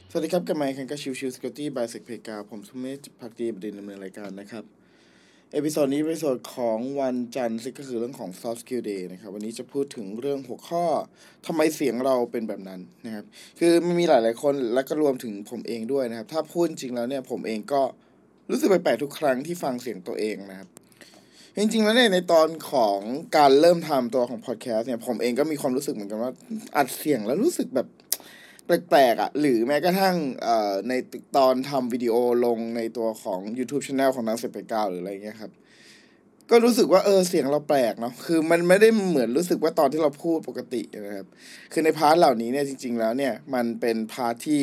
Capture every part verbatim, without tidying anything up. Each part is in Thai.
สวัสดีครับกับไมค์คันก็ชิวชิวสกิลตี้บายเซกเพกาผมสุเมธพักดีประเด็นดำเนินรายการนะครับเอพิโซดนี้เป็นเอพิโซดของวันจันทร์ซึ่งก็คือเรื่องของ Soft Skill Day นะครับวันนี้จะพูดถึงเรื่องหัวข้อทำไมเสียงเราเป็นแบบนั้นนะครับคือมันมีหลายๆคนและก็รวมถึงผมเองด้วยนะครับถ้าพูดจริงแล้วเนี่ยผมเองก็รู้สึกแปลกๆทุกครั้งที่ฟังเสียงตัวเองนะครับจริงๆแล้วเนี่ยในตอนของการเริ่มทำตัวของพอดแคสต์เนี่ยผมเองก็มีความรู้สึกเหมือนกันว่าอัดเสียงแล้วรู้สึกแบบแปลกๆอ่ะหรือแม้กระทั่งเอ่อในตอนทำวิดีโอลงในตัวของ YouTube Channel ของนักเสพเก้าหรืออะไรเงี้ยครับก็รู้สึกว่าเออเสียงเราแปลกเนาะคือมันไม่ได้เหมือนรู้สึกว่าตอนที่เราพูดปกตินะครับคือในพาร์ทเหล่านี้เนี่ยจริงๆแล้วเนี่ยมันเป็นพาร์ทที่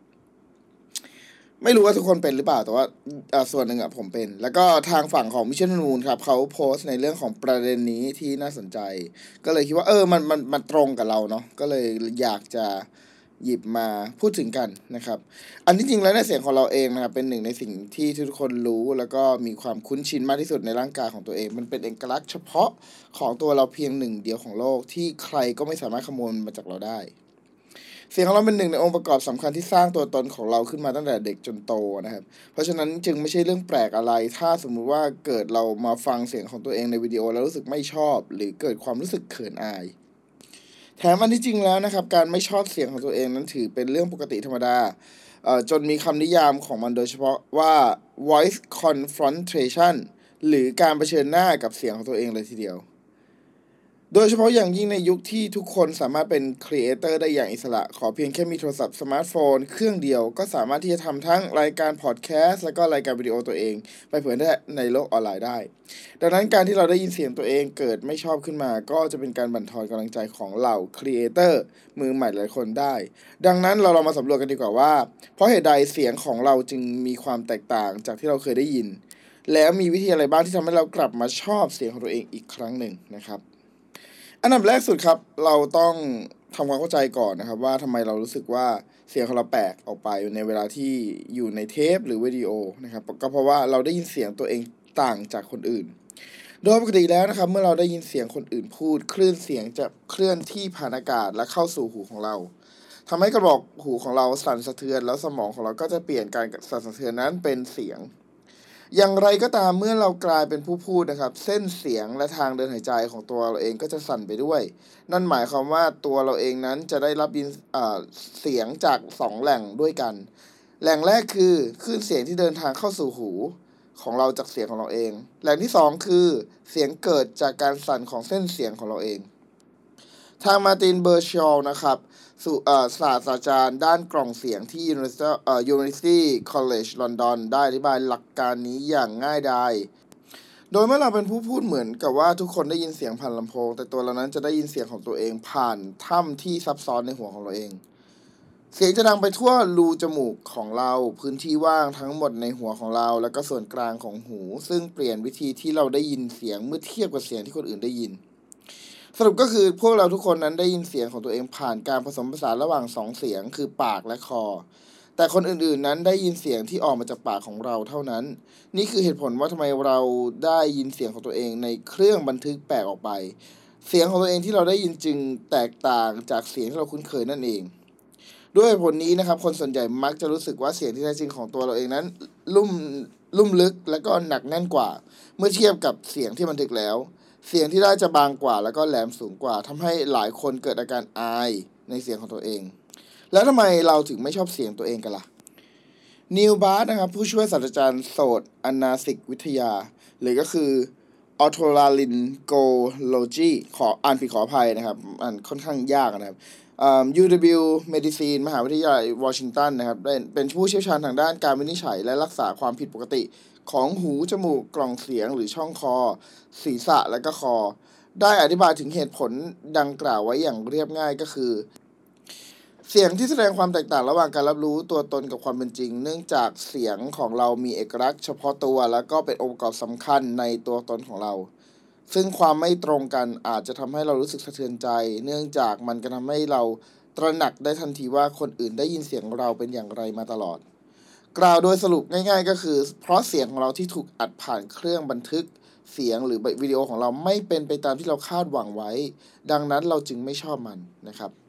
ไม่รู้ว่าทุกคนเป็นหรือเปล่าแต่ว่าส่วนหนึ่งอะผมเป็นแล้วก็ทางฝั่งของมิชชั่นนูนครับเขาโพสต์ในเรื่องของประเด็นนี้ที่น่าสนใจก็เลยคิดว่าเออมันมันมันตรงกับเราเนาะก็เลยอยากจะหยิบมาพูดถึงกันนะครับอันที่จริงแล้วในเสียงของเราเองนะครับเป็นหนึ่งในสิ่งที่ทุกคนรู้แล้วก็มีความคุ้นชินมากที่สุดในร่างกายของตัวเองมันเป็นเอกลักษณ์เฉพาะของตัวเราเพียงหนึ่งเดียวของโลกที่ใครก็ไม่สามารถขโมยมาจากเราได้เสียงของเราเป็นหนึ่งในองค์ประกอบสำคัญที่สร้างตัวตนของเราขึ้นมาตั้งแต่เด็กจนโตนะครับเพราะฉะนั้นจึงไม่ใช่เรื่องแปลกอะไรถ้าสมมุติว่าเกิดเรามาฟังเสียงของตัวเองในวิดีโอแล้วรู้สึกไม่ชอบหรือเกิดความรู้สึกเขินอายแถมอันที่จริงแล้วนะครับการไม่ชอบเสียงของตัวเองนั้นถือเป็นเรื่องปกติธรรมดาจนมีคำนิยามของมันโดยเฉพาะว่า voice confrontation หรือการเผชิญหน้ากับเสียงของตัวเองเลยทีเดียวโดยเฉพาะอย่างยิ่งในยุคที่ทุกคนสามารถเป็นครีเอเตอร์ได้อย่างอิสระขอเพียงแค่มีโทรศัพท์สมาร์ทโฟนเครื่องเดียวก็สามารถที่จะทำทั้งรายการพอดแคสต์และก็รายการวิดีโอตัวเองไปเผยแพร่ในโลกออนไลน์ได้ดังนั้นการที่เราได้ยินเสียงตัวเองเกิดไม่ชอบขึ้นมาก็จะเป็นการบั่นทอนกำลังใจของเหล่าครีเอเตอร์มือใหม่หลายคนได้ดังนั้นเราลองมาสำรวจกันดีกว่าว่าเพราะเหตุใดเสียงของเราจึงมีความแตกต่างจากที่เราเคยได้ยินแล้วมีวิธีอะไรบ้างที่ทำให้เรากลับมาชอบเสียงของตัวเองอีกครั้งหนึ่งนะครับอันดับแรกสุดครับเราต้องทำความเข้าใจก่อนนะครับว่าทำไมเรารู้สึกว่าเสียงของเราแปลกออกไปในเวลาที่อยู่ในเทปหรือวิดีโอนะครับก็เพราะว่าเราได้ยินเสียงตัวเองต่างจากคนอื่นโดยปกติแล้วนะครับเมื่อเราได้ยินเสียงคนอื่นพูดคลื่นเสียงจะเคลื่อนที่ผ่านอากาศและเข้าสู่หูของเราทำให้กระบอกหูของเราสั่นสะเทือนแล้วสมองของเราก็จะเปลี่ยนการสั่นสะเทือนนั้นเป็นเสียงอย่างไรก็ตามเมื่อเรากลายเป็นผู้พูดนะครับเส้นเสียงและทางเดินหายใจของตัวเราเองก็จะสั่นไปด้วยนั่นหมายความว่าตัวเราเองนั้นจะได้รับยินเสียงจากสองแหล่งด้วยกันแหล่งแรกคือคลื่นเสียงที่เดินทางเข้าสู่หูของเราจากเสียงของเราเองแหล่งที่สองคือเสียงเกิดจากการสั่นของเส้นเสียงของเราเองทางมาร์ตินเบอร์ชอลนะครับศาสตราจารย์ด้านกล่องเสียงที่ University College London ได้อธิบายหลักการนี้อย่างง่ายดายโดยเมื่อเราเป็นผู้พูดเหมือนกับว่าทุกคนได้ยินเสียงผ่านลำโพงแต่ตัวเรานั้นจะได้ยินเสียงของตัวเองผ่านถ้ำที่ซับซ้อนในหัวของเราเองเสียงจะดังไปทั่วรูจมูกของเราพื้นที่ว่างทั้งหมดในหัวของเราและก็ส่วนกลางของหูซึ่งเปลี่ยนวิธีที่เราได้ยินเสียงเมื่อเทียบกับเสียงที่คนอื่นได้ยินสรุปก็คือพวกเราทุกคนนั้นได้ยินเสียงของตัวเองผ่านการผสมผสานระหว่างสองเสียงคือปากและคอแต่คนอื่นๆนั้นได้ยินเสียงที่ออกมาจากปากของเราเท่านั้นนี่คือเหตุผลว่าทำไมเราได้ยินเสียงของตัวเองในเครื่องบันทึกแปลกออกไปเสียงของตัวเองที่เราได้ยินจึงแตกต่างจากเสียงที่เราคุ้นเคยนั่นเองด้วยผลนี้นะครับคนส่วนใหญ่มักจะรู้สึกว่าเสียงที่แท้จริงของตัวเราเองนั้นลุ่มลุ่มลึกและก็หนักแน่นกว่าเมื่อเทียบกับเสียงที่บันทึกแล้วเสียงที่ได้จะบางกว่าแล้วก็แหลมสูงกว่าทำให้หลายคนเกิดอาการอายในเสียงของตัวเองแล้วทำไมเราถึงไม่ชอบเสียงตัวเองกันล่ะนิวบาร์นะครับผู้ช่วยศาสตราจารย์โสตอนาสิกวิทยาหรือก็คือออโทลาลินโกโลจีขออ่านผิดขออภัยนะครับอ่านค่อนข้างยากนะครับ ยู ดับเบิลยู Medicine มหาวิทยาลัยวอชิงตันนะครับเป็นผู้เชี่ยวชาญทางด้านการวินิจฉัยและรักษาความผิดปกติของหูจมูกกล่องเสียงหรือช่องคอศีรษะและก็คอได้อธิบายถึงเหตุผลดังกล่าวไว้อย่างเรียบง่ายก็คือเสียงที่แสดงความแตกต่างระหว่างการรับรู้ตัวตนกับความเป็นจริงเนื่องจากเสียงของเรามีเอกลักษณ์เฉพาะตัวและก็เป็นองค์ประกอบสำคัญในตัวตนของเราซึ่งความไม่ตรงกันอาจจะทำให้เรารู้สึกสะเทือนใจเนื่องจากมันจะทำให้เราตระหนักได้ทันทีว่าคนอื่นได้ยินเสียงเราเป็นอย่างไรมาตลอดกล่าวโดยสรุปง่ายๆก็คือเพราะเสียงของเราที่ถูกอัดผ่านเครื่องบันทึกเสียงหรือวิดีโอของเราไม่เป็นไปตามที่เราคาดหวังไว้ดังนั้นเราจึงไม่ชอบมันนะครับ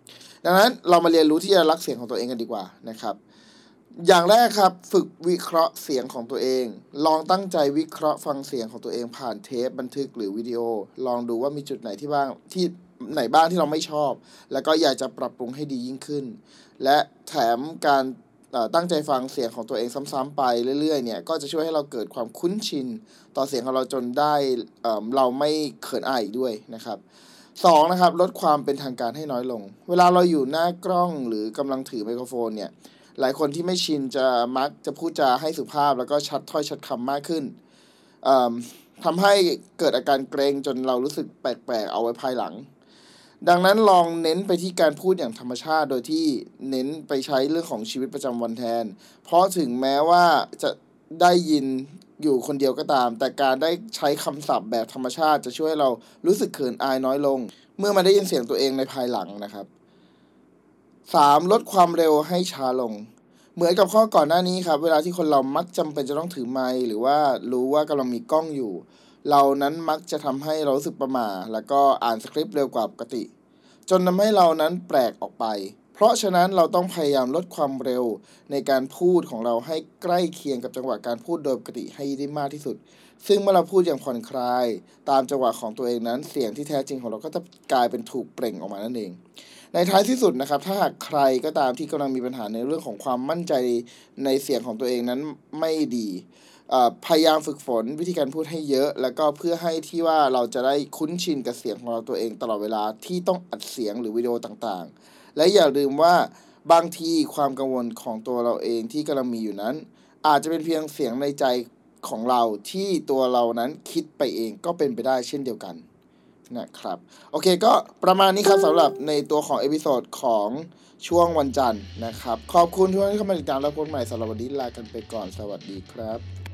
ดังนั้นเรามาเรียนรู้ที่จะรักเสียงของตัวเองกันดีกว่านะครับอย่างแรกครับฝึกวิเคราะห์เสียงของตัวเองลองตั้งใจวิเคราะห์ฟังเสียงของตัวเองผ่านเทปบันทึกหรือวิดีโอลองดูว่ามีจุดไหนที่บ้างที่ไหนบ้างที่เราไม่ชอบแล้วก็อยากจะปรับปรุงให้ดียิ่งขึ้นและแถมการตั้งใจฟังเสียงของตัวเองซ้ำๆไปเรื่อยๆเนี่ยก็จะช่วยให้เราเกิดความคุ้นชินต่อเสียงของเราจนได้เอ่อเราไม่เขินอายอีกด้วยนะครับสองนะครับลดความเป็นทางการให้น้อยลงเวลาเราอยู่หน้ากล้องหรือกำลังถือไมโครโฟนเนี่ยหลายคนที่ไม่ชินจะมักจะพูดจาให้สุภาพแล้วก็ชัดถ้อยชัดคำมากขึ้นทำให้เกิดอาการเกรงจนเรารู้สึกแปลกๆเอาไว้ภายหลังดังนั้นลองเน้นไปที่การพูดอย่างธรรมชาติโดยที่เน้นไปใช้เรื่องของชีวิตประจำวันแทนเพราะถึงแม้ว่าจะได้ยินอยู่คนเดียวก็ตามแต่การได้ใช้คำศัพท์แบบธรรมชาติจะช่วยให้เรารู้สึกเขินอายน้อยลงเมื่อมาได้ยินเสียงตัวเองในภายหลังนะครับสามลดความเร็วให้ช้าลงเหมือนกับข้อก่อนหน้านี้ครับเวลาที่คนเรามักจำเป็นจะต้องถือไมค์หรือว่ารู้ว่ากำลังมีกล้องอยู่เรานั้นมักจะทำให้เรารู้สึกประหม่าแล้วก็อ่านสคริปต์เร็วกว่าปกติจนทำให้เรานั้นแปลกออกไปเพราะฉะนั้นเราต้องพยายามลดความเร็วในการพูดของเราให้ใกล้เคียงกับจังหวะการพูดโดยปกติให้ได้มากที่สุดซึ่งเมื่อเราพูดอย่างผ่อนคลายตามจังหวะของตัวเองนั้นเสียงที่แท้จริงของเราก็จะกลายเป็นถูกเปล่งออกมานั่นเองในท้ายที่สุดนะครับถ้าหากใครก็ตามที่กำลังมีปัญหาในเรื่องของความมั่นใจในเสียงของตัวเองนั้นไม่ดีพยายามฝึกฝนวิธีการพูดให้เยอะแล้วก็เพื่อให้ที่ว่าเราจะได้คุ้นชินกับเสียงของเราตัวเองตลอดเวลาที่ต้องอัดเสียงหรือวิดีโอต่างๆและอย่าลืมว่าบางทีความกังวลของตัวเราเองที่กำลังมีอยู่นั้นอาจจะเป็นเพียงเสียงในใจของเราที่ตัวเรานั้นคิดไปเองก็เป็นไปได้เช่นเดียวกันนะครับโอเคก็ประมาณนี้ครับสำหรับในตัวของเอพิโซดของช่วงวันจันทร์นะครับขอบคุณทุกท่านที่เข้ามาติดตามและพบกันใหม่สำหรับวันนี้ลากันไปก่อนสวัสดีครับ